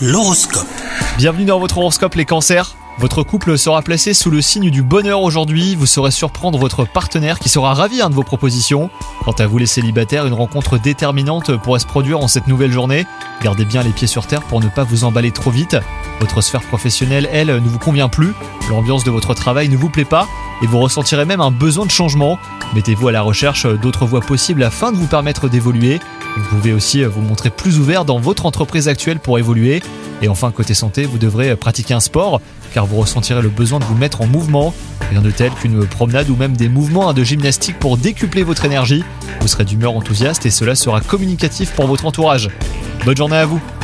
L'horoscope. Bienvenue dans votre horoscope les cancers. Votre couple sera placé sous le signe du bonheur aujourd'hui. Vous saurez surprendre votre partenaire qui sera ravi de vos propositions. Quant à vous les célibataires, une rencontre déterminante pourrait se produire en cette nouvelle journée. Gardez bien les pieds sur terre pour ne pas vous emballer trop vite. Votre sphère professionnelle, elle, ne vous convient plus. L'ambiance de votre travail ne vous plaît pas et vous ressentirez même un besoin de changement. Mettez-vous à la recherche d'autres voies possibles afin de vous permettre d'évoluer. Vous pouvez aussi vous montrer plus ouvert dans votre entreprise actuelle pour évoluer. Et enfin, côté santé, vous devrez pratiquer un sport car vous ressentirez le besoin de vous mettre en mouvement. Rien de tel qu'une promenade ou même des mouvements de gymnastique pour décupler votre énergie. Vous serez d'humeur enthousiaste et cela sera communicatif pour votre entourage. Bonne journée à vous!